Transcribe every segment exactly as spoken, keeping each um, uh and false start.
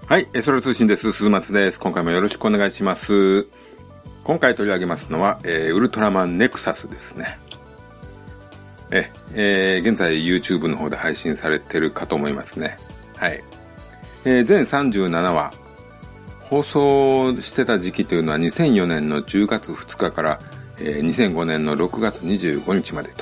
はい、エソロ通信です。鈴松です。今回もよろしくお願いします。今回取り上げますのは、えー、ウルトラマンネクサスですね。え、えー、現在 YouTube の方で配信されてるかと思いますね。はい。えー、全さんじゅうななわ。放送してた時期というのはにせんよねんのじゅうがつふつかから、えー、にせんごねんのろくがつにじゅうごにちまでと。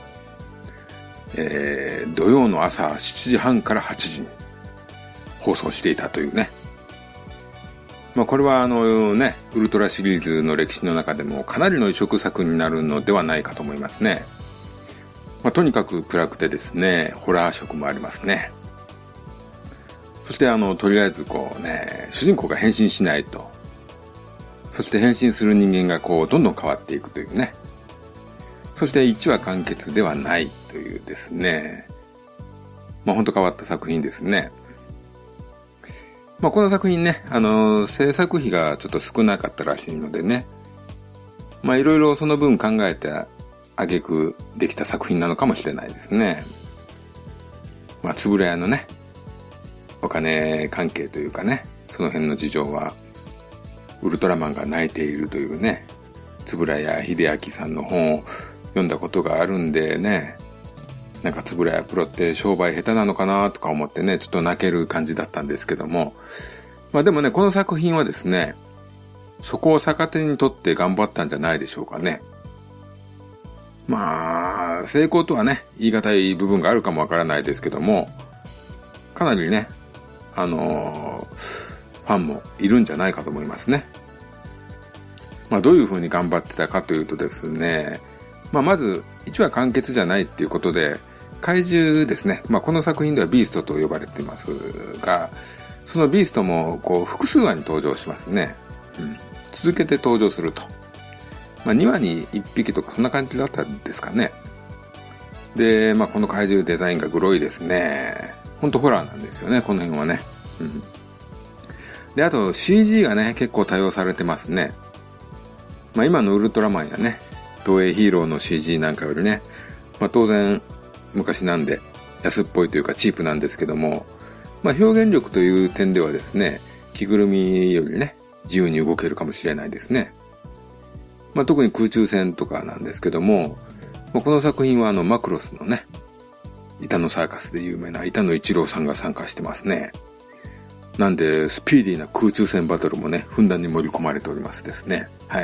えー、土曜の朝しちじはんからはちじに放送していたというね。まあこれはあのね、ウルトラシリーズの歴史の中でもかなりの異色作になるのではないかと思いますね。まあとにかく暗くてですね、ホラー色もありますね。そしてあの、とりあえずこうね、主人公が変身しないと。そして変身する人間がこう、どんどん変わっていくというね。そしていちわ完結ではないというですね。まあほんと変わった作品ですね。まあこの作品ね、あの、制作費がちょっと少なかったらしいのでね。まあいろいろその分考えて挙句できた作品なのかもしれないですね。まあつぶらやのね、お金関係というかね、その辺の事情は、ウルトラマンが泣いているというね、円谷秀明さんの本を読んだことがあるんでね、なんか円谷プロって商売下手なのかなとか思ってね、ちょっと泣ける感じだったんですけども、まあでもね、この作品はですね、そこを逆手にとって頑張ったんじゃないでしょうかね。まあ、成功とはね、言い難い部分があるかもわからないですけども、かなりね、あのー、ファンもいるんじゃないかと思いますね。まあどういう風に頑張ってたかというとですね、まあまずいちわ完結じゃないっていうことで、怪獣ですね。まあこの作品ではビーストと呼ばれていますが、そのビーストもこう複数話に登場しますね。うん、続けて登場すると。まあにわにいっぴきとかそんな感じだったんですかね。で、まあこの怪獣デザインがグロいですね。ほんとホラーなんですよね、この辺はね。うん、で、あと シージー がね、結構多用されてますね。まあ今のウルトラマンやね、東映ヒーローの シージー なんかよりね、まあ当然昔なんで安っぽいというかチープなんですけども、まあ表現力という点ではですね、着ぐるみよりね、自由に動けるかもしれないですね。まあ特に空中戦とかなんですけども、まあ、この作品はあのマクロスのね、板のサーカスで有名な板野一郎さんが参加してますね。なんでスピーディーな空中戦バトルもね、ふんだんに盛り込まれておりますですね。はい。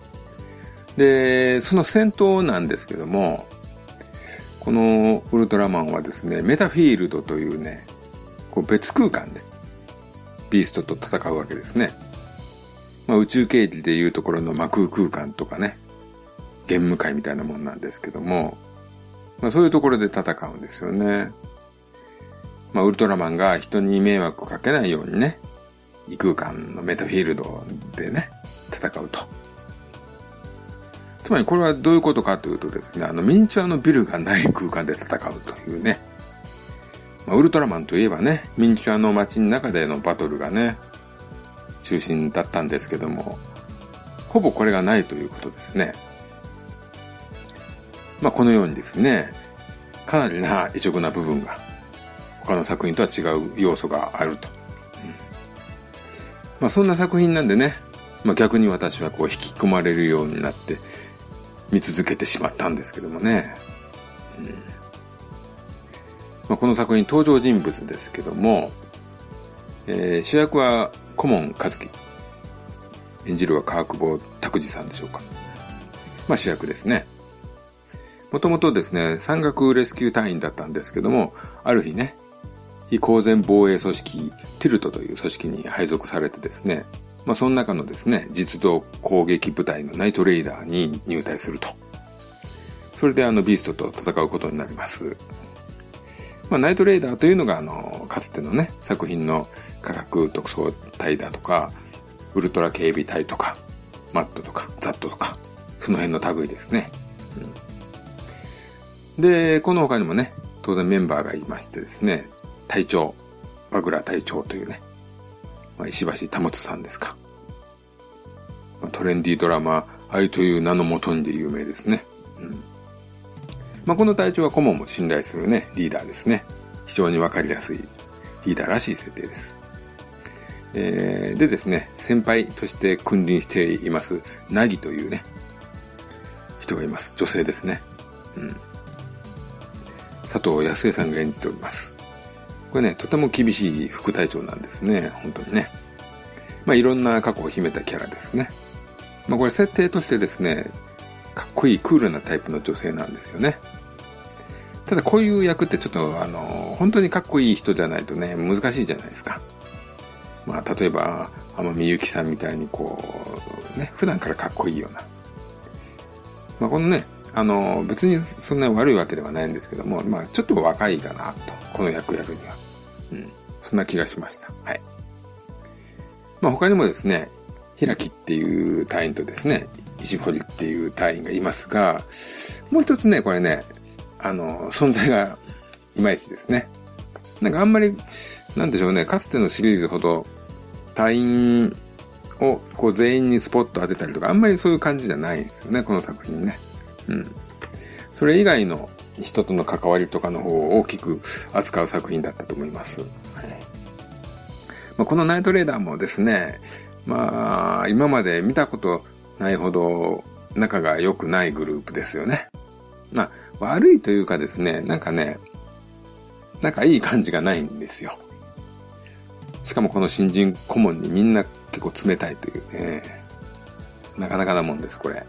で、その戦闘なんですけども、このウルトラマンはですね、メタフィールドというね、こう別空間でビーストと戦うわけですね。まあ、宇宙刑事でいうところの魔空空間とかね、玄武海みたいなもんなんですけども、まあ、そういうところで戦うんですよね。まあ、ウルトラマンが人に迷惑をかけないようにね、異空間のメタフィールドでね、戦うと。つまりこれはどういうことかというとですね、あのミニチュアのビルがない空間で戦うというね、まあ、ウルトラマンといえばね、ミニチュアの街の中でのバトルがね、中心だったんですけども、ほぼこれがないということですね。まあこのようにですね、かなりな異色な部分が他の作品とは違う要素があると。うん、まあそんな作品なんでね、まあ逆に私はこう引き込まれるようになって見続けてしまったんですけどもね。うん、まあ、この作品登場人物ですけども、えー、主役は顧問和樹。演じるは川久保拓司さんでしょうか。まあ主役ですね。もともとですね、山岳レスキュー隊員だったんですけども、ある日ね、非公然防衛組織ティルトという組織に配属されてですね、まあその中のですね、実動攻撃部隊のナイトレイダーに入隊すると。それであのビーストと戦うことになります。まあナイトレイダーというのがあの、かつてのね、作品の科学特捜隊だとか、ウルトラ警備隊とか、マットとか、ザットとか、その辺の類ですね。うん、で、この他にもね、当然メンバーがいましてですね、隊長、和倉隊長というね、まあ、石橋保さんですか。まあ、トレンディードラマ、愛という名のもとにで有名ですね。うん、まあ、この隊長は顧問も信頼するね、リーダーですね。非常にわかりやすいリーダーらしい設定です。 えー、でですね、先輩として君臨していますナギというね人がいます。女性ですね。うん、佐藤康江さんが演じております。これね、とても厳しい副隊長なんですね。本当にね。まあいろんな過去を秘めたキャラですね。まあこれ設定としてですね、かっこいいクールなタイプの女性なんですよね。ただこういう役ってちょっとあの本当にかっこいい人じゃないとね難しいじゃないですか。まあ例えば天海祐希さんみたいにこうね普段からかっこいいような、まあこのねあの別にそんな悪いわけではないんですけども、まあちょっと若いかなとこの役やるには、うん、そんな気がしました。はい。まあ他にもですね、平木っていう隊員とですね、石堀っていう隊員がいますが、もう一つねこれねあの存在がいまいちですね。なんかあんまりなんでしょうね、かつてのシリーズほど隊員をこう全員にスポット当てたりとかあんまりそういう感じじゃないんですよね、この作品ね。うん。それ以外の人との関わりとかの方を大きく扱う作品だったと思います。はい。まあ、このナイトレーダーもですね、まあ今まで見たことないほど仲が良くないグループですよね。まあ悪いというかですね、なんかね、仲いい感じがないんですよ。しかもこの新人顧問にみんな結構冷たいというね、なかなかなもんです、これ。はい。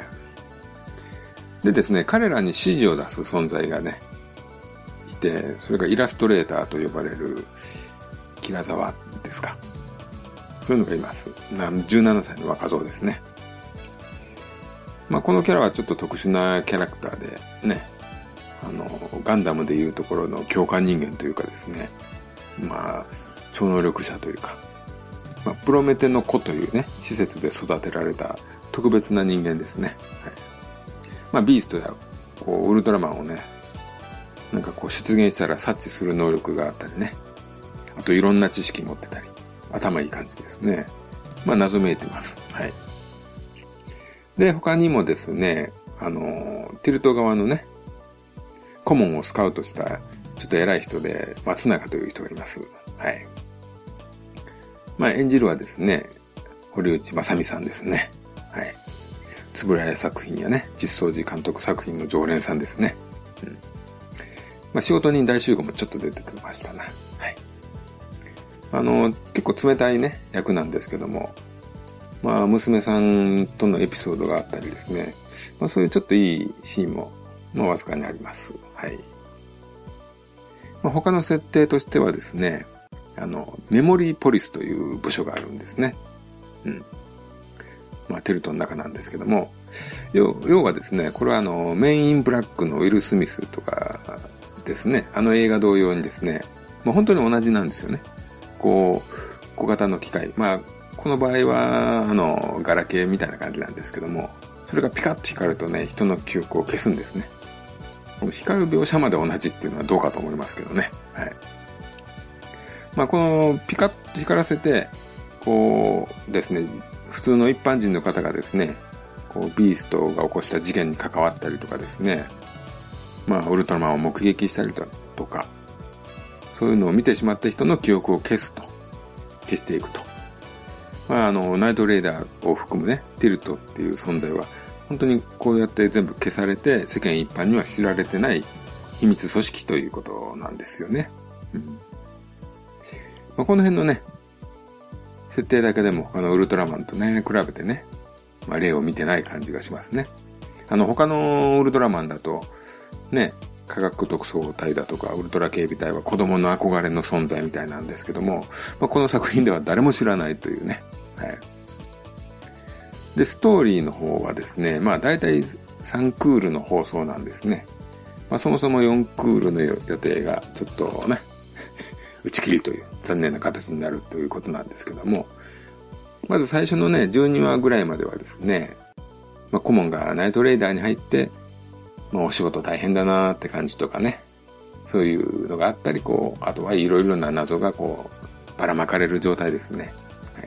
でですね、彼らに指示を出す存在がね、いて、それがイラストレーターと呼ばれるキラザワですか。そういうのがいます。じゅうななさいの若造ですね。まあこのキャラはちょっと特殊なキャラクターでね、あのガンダムでいうところの共感人間というかですね、まあ超能力者というか、まあ、プロメテの子というね施設で育てられた特別な人間ですね。はい。まあビーストやこうウルトラマンをね、なんかこう出現したら察知する能力があったりね、あといろんな知識持ってたり、頭いい感じですね。まあ謎めいてます。はい。で他にもですね、あのティルト側のね顧問をスカウトしたちょっと偉い人で松永という人がいます。はい。まあ演じるはですね、堀内正美さんですね。はい。円谷作品やね、実相寺監督作品の常連さんですね。うん。まあ仕事人大集合もちょっと出てましたな。はい。あの結構冷たいね役なんですけども、まあ娘さんとのエピソードがあったりですね、まあそういうちょっといいシーンもまあわずかにあります。はい。まあ、他の設定としてはですね、あのメモリーポリスという部署があるんですね。うん。まあテルトの中なんですけども、要要はですね、これはあのメインインブラックのウィル・スミスとかですね、あの映画同様にですね、まあ本当に同じなんですよね。こう小型の機械、まあこの場合はあのガラケーみたいな感じなんですけども、それがピカッと光るとね、人の記憶を消すんですね。この光る描写まで同じっていうのはどうかと思いますけどね。はい。まあこのピカッと光らせて、こうですね、普通の一般人の方がですね、こうビーストが起こした事件に関わったりとかですね、まあウルトラマンを目撃したりとか、そういうのを見てしまった人の記憶を消すと、消していくと。まああのナイトレーダーを含むね、ティルトっていう存在は本当にこうやって全部消されて世間一般には知られてない秘密組織ということなんですよね。うん。まあ、この辺のね設定だけでも他のウルトラマンとね比べてね、まあ、例を見てない感じがしますね。あの他のウルトラマンだとね、科学特捜隊だとかウルトラ警備隊は子供の憧れの存在みたいなんですけども、まあ、この作品では誰も知らないというね。はい。でストーリーの方はですね、まあ大体さんクールの放送なんですね。まあそもそもよんクールの予定がちょっとね打ち切りという残念な形になるということなんですけども、まず最初のねじゅうにわぐらいまではですね、まあ、顧問がナイトレーダーに入って、まあ、お仕事大変だなって感じとかね、そういうのがあったり、こうあとはいろいろな謎がこうばらまかれる状態ですね。はい。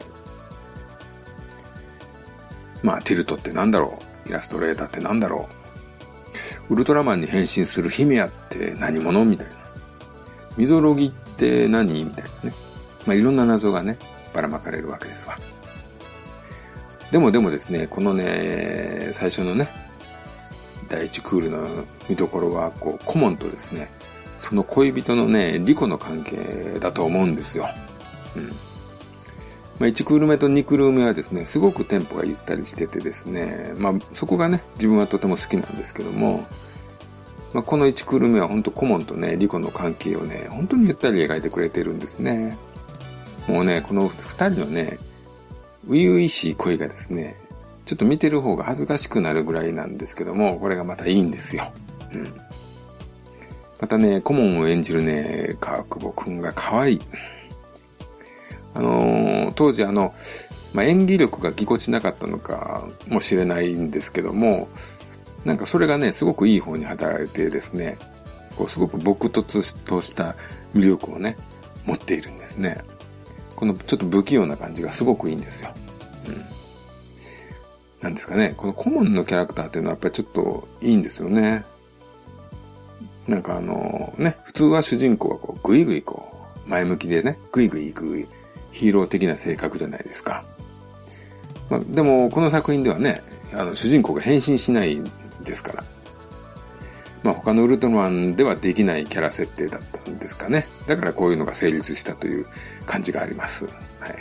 まあティルトってなんだろう、イラストレーターってなんだろう、ウルトラマンに変身するヒメアって何者みたいな、ミゾロギって何みたいなね、まあいろんな謎がねばらまかれるわけですわ。でもでもですね、このね、最初のね、だいいちクールの見どころは、こう、コモンとですね、その恋人のね、リコの関係だと思うんですよ。うん。まあ、いちクール目とにクール目はですね、すごくテンポがゆったりしててですね、まあ、そこがね、自分はとても好きなんですけども、まあ、このいちクール目は本当コモンとね、リコの関係をね、本当にゆったり描いてくれてるんですね。もうね、この二人のね、初々しい恋がですね、ちょっと見てる方が恥ずかしくなるぐらいなんですけども、これがまたいいんですよ。うん。またね、コモンを演じるね、川久保くんが可愛い。あのー、当時あの、まあ、演技力がぎこちなかったのかもしれないんですけども、なんかそれがね、すごくいい方に働いてですね、こうすごく朴突とした魅力をね、持っているんですね。このちょっと不器用な感じがすごくいいんですよ。うん。なんですかね、このコモンのキャラクターっていうのはやっぱりちょっといいんですよね。なんかあのね、普通は主人公がこうグイグイこう前向きでね、グイグイ行くヒーロー的な性格じゃないですか。まあ、でもこの作品ではね、あの主人公が変身しないですから。まあ他のウルトラマンではできないキャラ設定だったんですかね。だからこういうのが成立したという感じがあります。はい。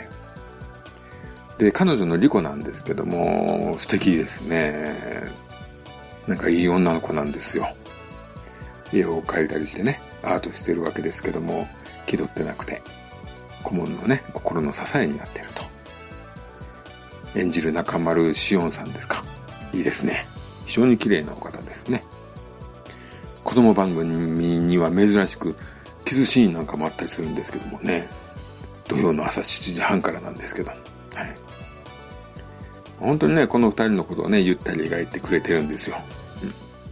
で、彼女のリコなんですけども、素敵ですね。なんかいい女の子なんですよ。家を借りたりしてね、アートしてるわけですけども、気取ってなくて、顧問のね、心の支えになっていると。演じる中丸紫音さんですか。いいですね。非常に綺麗なお方ですね。子供番組には珍しくキスシーンなんかもあったりするんですけどもね、土曜の朝しちじはんからなんですけど、はい。本当にね、この二人のことをね、ゆったり描いてくれてるんですよ。うん、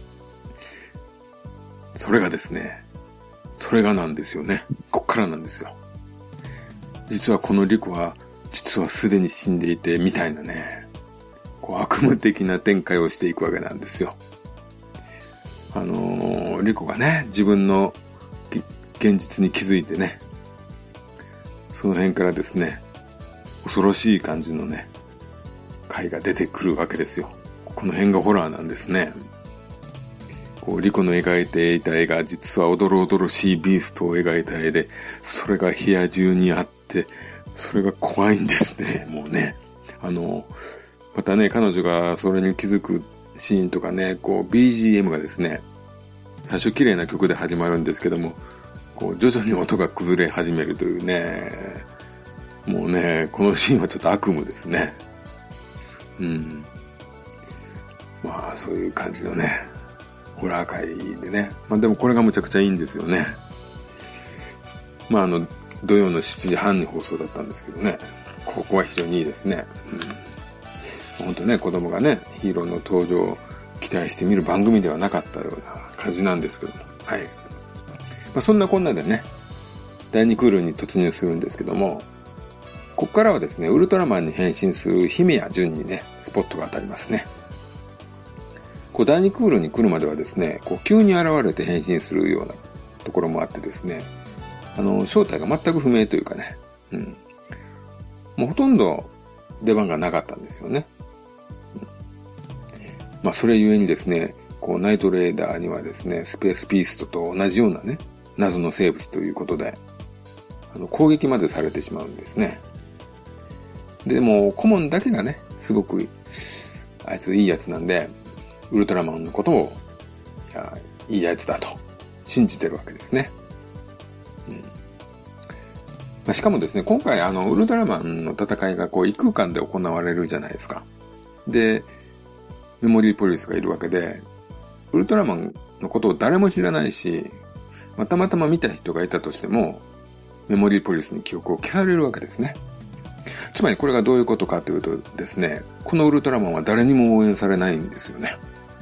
それがですね、それがなんですよね。こっからなんですよ。実はこのリコは、実はすでに死んでいて、みたいなね、こう悪夢的な展開をしていくわけなんですよ。あのー、リコがね、自分の現実に気づいてね、その辺からですね、恐ろしい感じのね、回が出てくるわけですよ。この辺がホラーなんですね。こうリコの描いていた絵が実はおどろおどろしいビーストを描いた絵で、それが部屋中にあって、それが怖いんですね。もうね、あのまたね、彼女がそれに気づくシーンとかね、こう ビージーエム がですね、最初綺麗な曲で始まるんですけども、こう徐々に音が崩れ始めるというね、もうね、このシーンはちょっと悪夢ですね。うん。まあそういう感じのね、ホラー界でね。まあでもこれがむちゃくちゃいいんですよね。まああの、土曜のしちじはんに放送だったんですけどね。ここは非常にいいですね。うん。本当ね、子供がね、ヒーローの登場を期待して見る番組ではなかったような感じなんですけども。はい。まあそんなこんなでね、だいにクールに突入するんですけども、ここからはですね、ウルトラマンに変身する姫谷純にね、スポットが当たりますね。こうだいにクールに来るまではですね、こう急に現れて変身するようなところもあってですね、あの正体が全く不明というかね、うん、もうほとんど出番がなかったんですよね。うん、まあそれゆえにですね、こうナイトレーダーにはですね、スペースビーストと同じようなね、謎の生物ということで、あの攻撃までされてしまうんですね。でもコモンだけがね、すごくあいついいやつなんで、ウルトラマンのことをいやいいやつだと信じてるわけですね。うんまあ、しかもですね、今回あのウルトラマンの戦いがこう異空間で行われるじゃないですか。で、メモリーポリスがいるわけで、ウルトラマンのことを誰も知らないし、まあ、たまたま見た人がいたとしても、メモリーポリスに記憶を消されるわけですね。つまりこれがどういうことかというとですね、このウルトラマンは誰にも応援されないんですよね。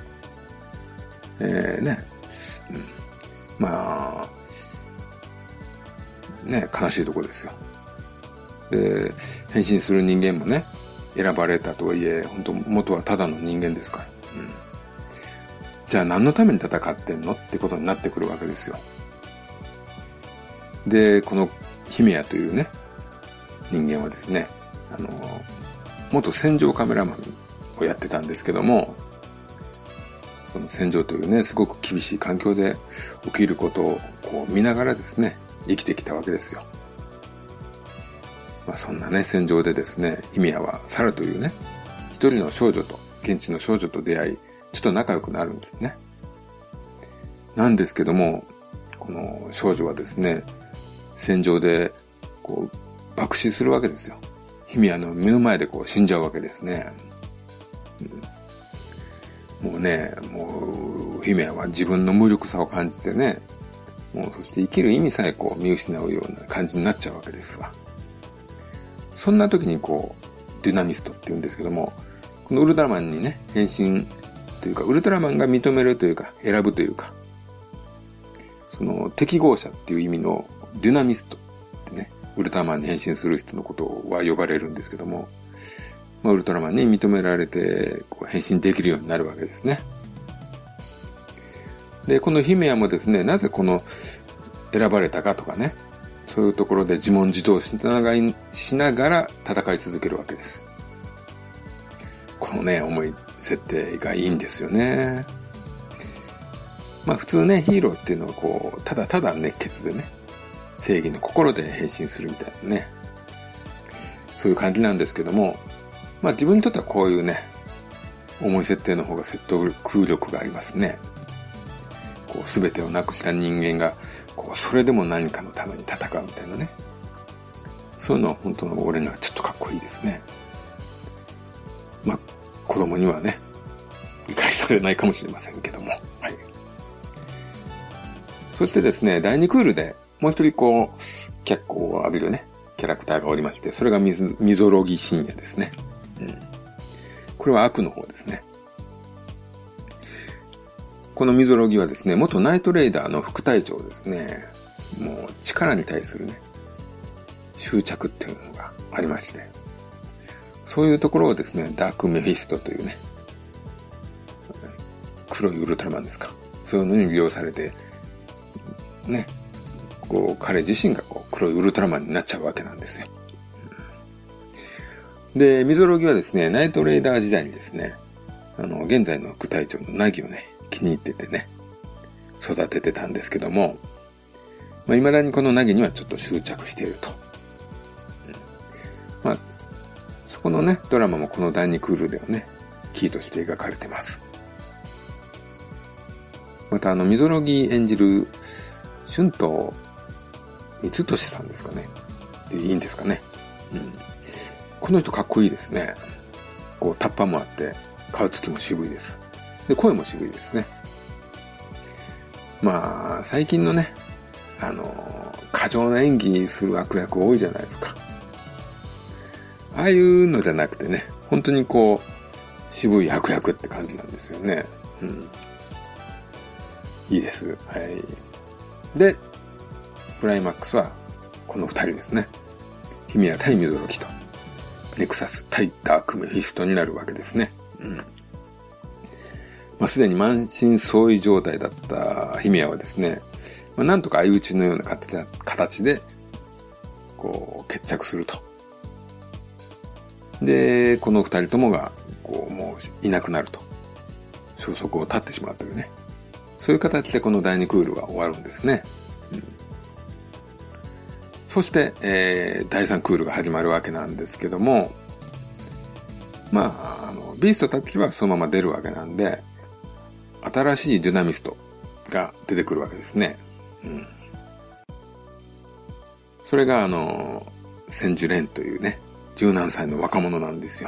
えー、ね、うん、まあね、悲しいところですよ。で、変身する人間もね、選ばれたとはいえ、本当元はただの人間ですから、うん、じゃあ何のために戦ってんのってことになってくるわけですよ。で、この姫谷というね、 人間はですね、あの元戦場カメラマンをやってたんですけども、その戦場というねすごく厳しい環境で起きることをこう見ながらですね生きてきたわけですよ。まあ、そんなね戦場でですね、ヒミヤはサラというね一人の少女と現地の少女と出会い、ちょっと仲良くなるんですね。なんですけども、この少女はですね戦場でこう爆死するわけですよ。ヒミヤの目の前でこう死んじゃうわけですね。うん、もうね、もうヒミヤは自分の無力さを感じてね、もうそして生きる意味さえこう見失うような感じになっちゃうわけですわ。そんな時にこうデュナミストって言うんですけども、このウルトラマンにね変身というか、ウルトラマンが認めるというか選ぶというか、その適合者っていう意味のデュナミストってね、ウルトラマンに変身する人のことは呼ばれるんですけども、まあ、ウルトラマンに認められてこう変身できるようになるわけですね。でこのヒメヤもですね、なぜこの選ばれたかとかね、そういうところで自問自答しながら、しながら戦い続けるわけです。このね重い設定がいいんですよね。まあ普通ねヒーローっていうのはこうただただ熱血でね、正義の心で変身するみたいなね、そういう感じなんですけども、まあ自分にとってはこういうね重い設定の方が説得力がありますね。こう全てをなくした人間がこうそれでも何かのために戦うみたいなね、そういうのは本当の俺にはちょっとかっこいいですね。まあ子供にはね理解されないかもしれませんけども、はい。そしてですね、だいにクールでもう一人こう脚光を浴びるねキャラクターがおりまして、それがミズミゾロギ深夜ですね。うん、これは悪の方ですね。このミゾロギはですね、元ナイトレイダーの副隊長ですね。もう力に対するね執着っていうのがありまして、そういうところをですねダークメフィストというね黒いウルトラマンですか、そういうのに利用されてね、こう彼自身がこう黒いウルトラマンになっちゃうわけなんですよ。でミゾロギはですねナイトレイダー時代にですね、あの現在の副隊長のナギをね気に入っててね育ててたんですけども、まあ、未だにこのナギにはちょっと執着していると、うん、まあそこのねドラマもこのだいにクールではねキーとして描かれてます。またあのミゾロギ演じる春藤光俊さんですかね、でいいんですかね、うん、この人かっこいいですね。こうタッパもあって顔つきも渋いです。で声も渋いですね。まあ最近のねあの過剰な演技する悪役多いじゃないですか。ああいうのじゃなくてね、本当にこう渋い悪役って感じなんですよね。うん、いいです。はい。でクライマックスはこのふたりですね。ヒミヤ対ミゾロギとネクサス対ダークメフィストになるわけですね。うん。まあ、すでに満身創痍状態だったヒミヤはですね、まあ、なんとか相打ちのような形でこう決着すると。でこのふたりともがこうもういなくなると、消息を絶ってしまうというね、そういう形でこのだいにクールは終わるんですね。うん、そして、えー、だいさんクールが始まるわけなんですけども、まあ、あのビーストたちはそのまま出るわけなんで、新しいデュナミストが出てくるわけですね。うん、それがあの千住蓮というねじゅうなんさいの若者なんですよ。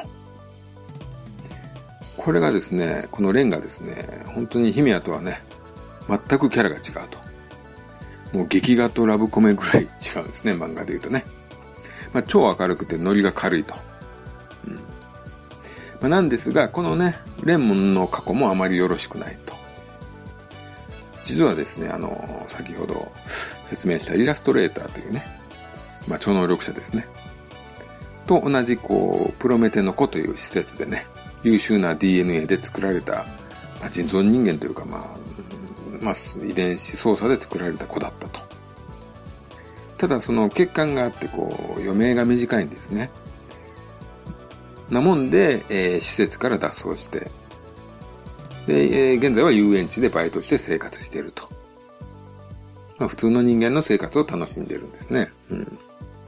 これがですね、この蓮がですね、本当にヒミヤとはね全くキャラが違うと。もう劇画とラブコメぐらい違うんですね、漫画で言うとね。まあ、超明るくてノリが軽いと。うん、まあ、なんですが、このね、蓮の過去もあまりよろしくないと。実はですね、あの、先ほど説明したイラストレーターというね、まあ、超能力者ですね。と同じ、こう、プロメテの子という施設でね、優秀な ディーエヌエー で作られた、まあ、人造人間というか、まあ、まあ、遺伝子操作で作られた子だったと。 ただその欠陥があってこう余命が短いんですね。なもんで、えー、施設から脱走してで、えー、現在は遊園地でバイトして生活していると、まあ、普通の人間の生活を楽しんでいるんですね。うん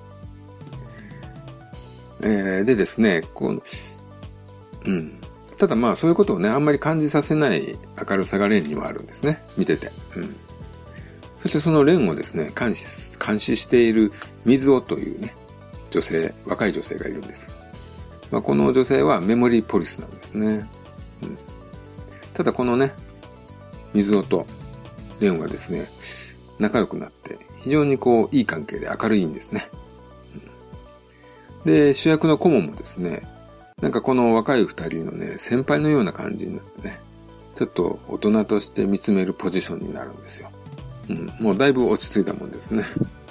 えー、でですねこう、うん、ただまあそういうことをねあんまり感じさせない明るさがレンにはあるんですね、見てて。うんそしてそのレンをですね監視、監視している水尾というね女性、若い女性がいるんです。まあ、この女性はメモリーポリスなんですね。うん、ただこのね水尾とレンはですね仲良くなって非常にこういい関係で明るいんですね。うん、で主役の顧問もですねなんかこの若い二人のね先輩のような感じになってねちょっと大人として見つめるポジションになるんですよ。うん、もうだいぶ落ち着いたもんですね。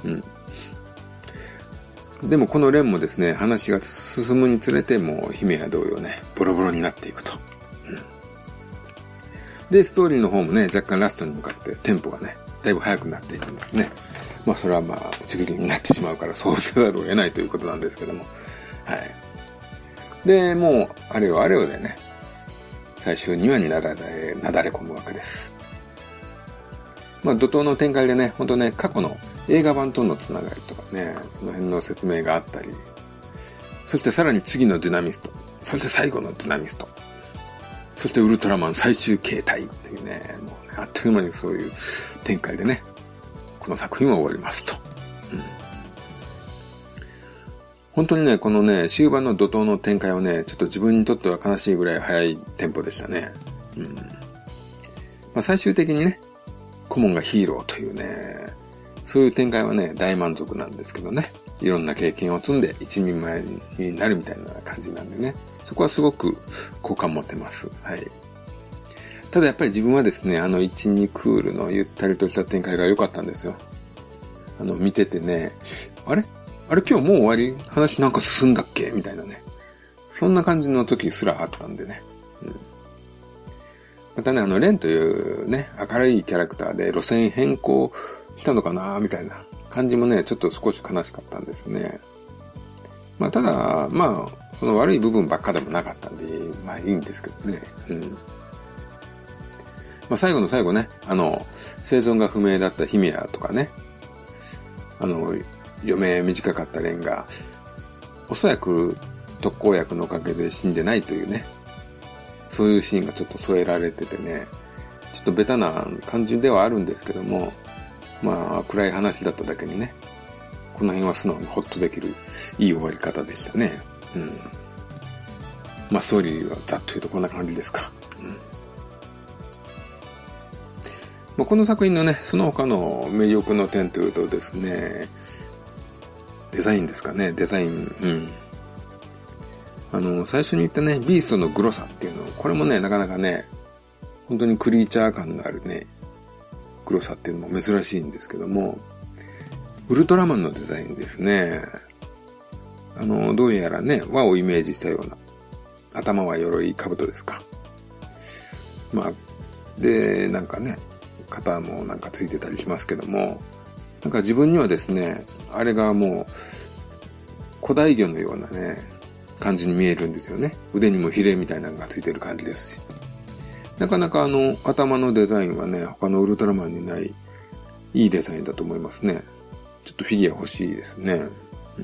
うん、でもこのレンもですね話が進むにつれてもう姫や同様ねボロボロになっていくと。うん、でストーリーの方もね若干ラストに向かってテンポがねだいぶ速くなっていくんですね。まあそれはまあ打ち切りになってしまうからそうせざるを得ないということなんですけども、はいでもうあれよあれよでね最終にわになだれなだれ込むわけです。まあ、怒涛の展開でね、ほんとね、過去の映画版とのつながりとかね、その辺の説明があったり、そしてさらに次のデュナミスト、そして最後のデュナミスト、そしてウルトラマン最終形態っていうね、もうね、あっという間にそういう展開でね、この作品は終わりますと。うん、本当にね、このね、終盤の怒涛の展開をね、ちょっと自分にとっては悲しいぐらい早いテンポでしたね。うんまあ、最終的にね、顧問がヒーローというねそういう展開はね大満足なんですけどね、いろんな経験を積んで一人前になるみたいな感じなんでね、そこはすごく好感持てます。はい。ただやっぱり自分はですねあのいち、にクールのゆったりとした展開が良かったんですよ。あの見ててねあれあれ今日もう終わり話なんか進んだっけみたいなねそんな感じの時すらあったんでね。うんまたね、あの、レンというね、明るいキャラクターで路線変更したのかなみたいな感じもね、ちょっと少し悲しかったんですね。まあ、ただ、まあ、その悪い部分ばっかでもなかったんで、まあいいんですけどね。うん。まあ、最後の最後ね、あの、生存が不明だったヒミヤとかね、あの、余命短かったレンが、おそらく特効薬のおかげで死んでないというね、そういうシーンがちょっと添えられててね、ちょっとベタな感じではあるんですけども、まあ暗い話だっただけにね、この辺は素直にホッとできるいい終わり方でしたね。うん。まあストーリーはざっと言うとこんな感じですか。うん。まあ、この作品のね、その他の魅力の点というとですね、デザインですかね、デザイン、うん。あの最初に言ったねビーストのグロさっていうのこれもねなかなかね本当にクリーチャー感のあるねグロさっていうのも珍しいんですけども、ウルトラマンのデザインですね。あのどうやらね和をイメージしたような頭は鎧兜ですか。まあでなんかね肩もなんかついてたりしますけども、なんか自分にはですねあれがもう古代魚のようなね感じに見えるんですよね。腕にもヒレみたいなのがついてる感じですし、なかなかあの頭のデザインはね他のウルトラマンにないいいデザインだと思いますね。ちょっとフィギュア欲しいですね。うん、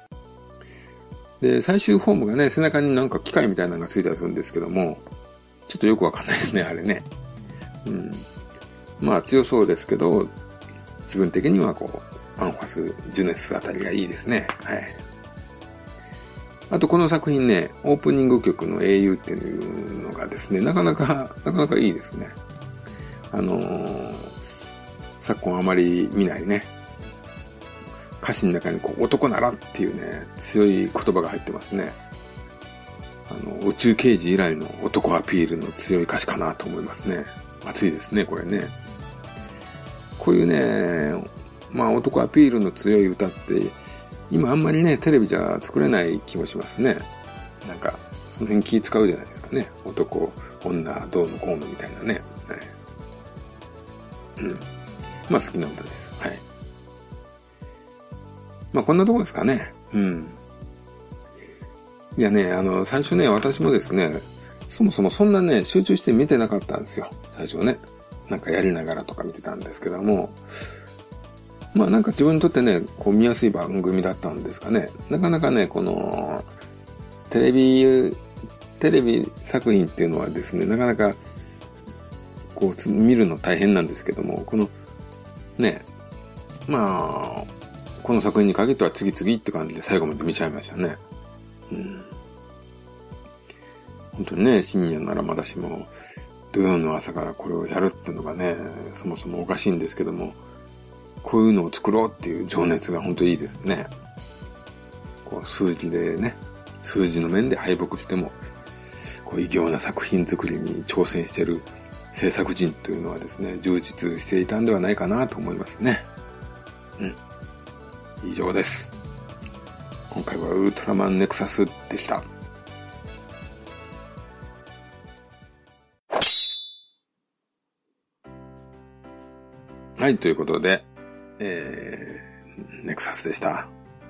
で最終フォームがね背中になんか機械みたいなのがついたりするんですけども、ちょっとよくわかんないですねあれね。うん、まあ強そうですけど自分的にはこうアンファス・ジュネスあたりがいいですね。はい。あとこの作品ね、オープニング曲の英雄っていうのがですね、なかなか、なかなかいいですね。あのー、昨今あまり見ないね、歌詞の中にこう男ならっていうね、強い言葉が入ってますね。あの、宇宙刑事以来の男アピールの強い歌詞かなと思いますね。熱いですね、これね。こういうね、まあ男アピールの強い歌って、今あんまりねテレビじゃ作れない気もしますね。なんかその辺気使うじゃないですかね。男女どうのこうのみたいなね、はい、うんまあ好きな歌です。はい。 まあこんなとこですかね。うん。いやね、あの、最初ね、私もですね、そもそもそんなね、集中して見てなかったんですよ。最初ね。なんかやりながらとか見てたんですけども、まあなんか自分にとってね、こう見やすい番組だったんですかね。なかなかね、この、テレビ、テレビ作品っていうのはですね、なかなか、こう、見るの大変なんですけども、この、ね、まあ、この作品に限っては次々って感じで最後まで見ちゃいましたね。うん。本当にね、深夜ならまだしも、土曜の朝からこれをやるっていうのがね、そもそもおかしいんですけども、こういうのを作ろうっていう情熱が本当にいいですね。こう数字でね、数字の面で敗北しても、こう異形な作品作りに挑戦している制作陣というのはですね、充実していたんではないかなと思いますね。うん。以上です。今回はウルトラマンネクサスでした。はい、ということで、えー、ネクサスでした。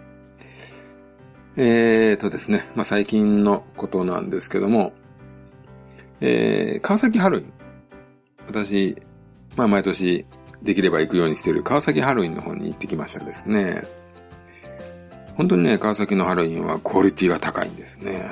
えーとですね、まあ、最近のことなんですけども、えー、川崎ハロウィン。私、まあ、毎年できれば行くようにしている川崎ハロウィンの方に行ってきましたですね。本当にね、川崎のハロウィンはクオリティが高いんですね。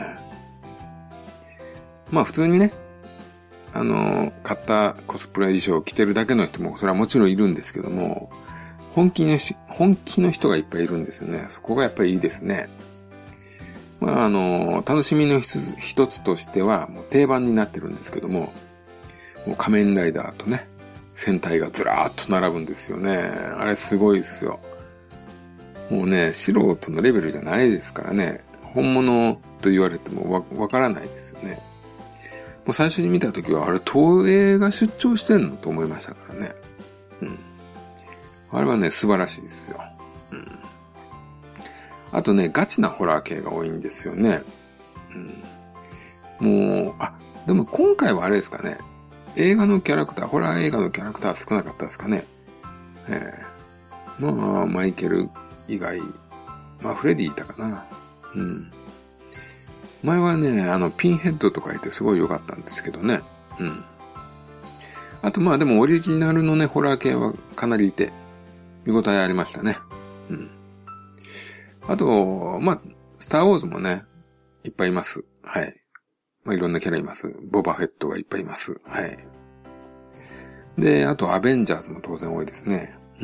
まあ普通にね、あの、買ったコスプレ衣装を着てるだけの人も、それはもちろんいるんですけども、本気の、本気の人がいっぱいいるんですよね。そこがやっぱりいいですね。まああの、楽しみの一つ、一つとしては、もう定番になってるんですけども、もう仮面ライダーとね、戦隊がずらーっと並ぶんですよね。あれすごいですよ。もうね、素人のレベルじゃないですからね。本物と言われても わ, わからないですよね。もう最初に見たときは、あれ東映が出張してんのと思いましたからね。うん。あれはね、素晴らしいですよ。うん。あとね、ガチなホラー系が多いんですよね。うん。もう、あ、でも今回はあれですかね。映画のキャラクター、ホラー映画のキャラクター少なかったですかね。ええー。まあ、マイケル以外、まあフレディいたかな。うん。前はね、あのピンヘッドとかいてすごい良かったんですけどね。うん。あとまあでもオリジナルのね、ホラー系はかなりいて、見応えありましたね。うん。あと、まあ、スターウォーズもね、いっぱいいます。はい。まあいろんなキャラいます。ボバフェットがいっぱいいます。はい。で、あとアベンジャーズも当然多いですね。うん。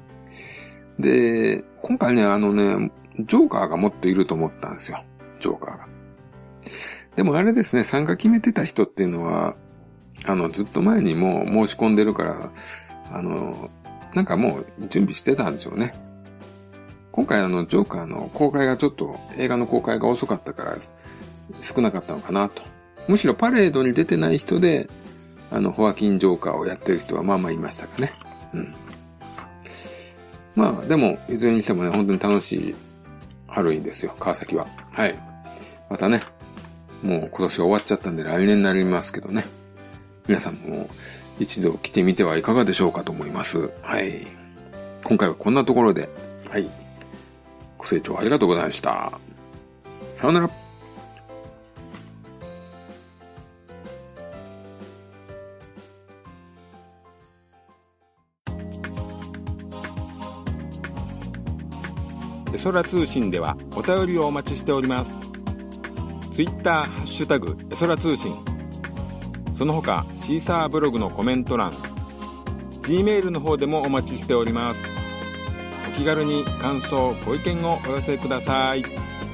で、今回ね、あのね、ジョーカーがもっといると思ったんですよ。ジョーカーが。でもあれですね、参加決めてた人っていうのは、あの、ずっと前にもう申し込んでるから、あの、なんかもう準備してたんでしょうね。今回あの、ジョーカーの公開がちょっと、映画の公開が遅かったから、少なかったのかなと。むしろパレードに出てない人で、あの、ホアキン・ジョーカーをやってる人はまあまあいましたかね。うん。まあ、でも、いずれにしてもね、本当に楽しいハロウィンですよ、川崎は。はい。またね、もう今年は終わっちゃったんで来年になりますけどね。皆さんも一度来てみてはいかがでしょうかと思います。はい。今回はこんなところで、はい。ご清聴ありがとうございました。さようなら。 エソラ通信ではお便りをお待ちしております。ツイッターハッシュタグエソラ通信、その他シーサーブログのコメント欄、G メールの方でもお待ちしております。お気軽に感想ご意見をお寄せください。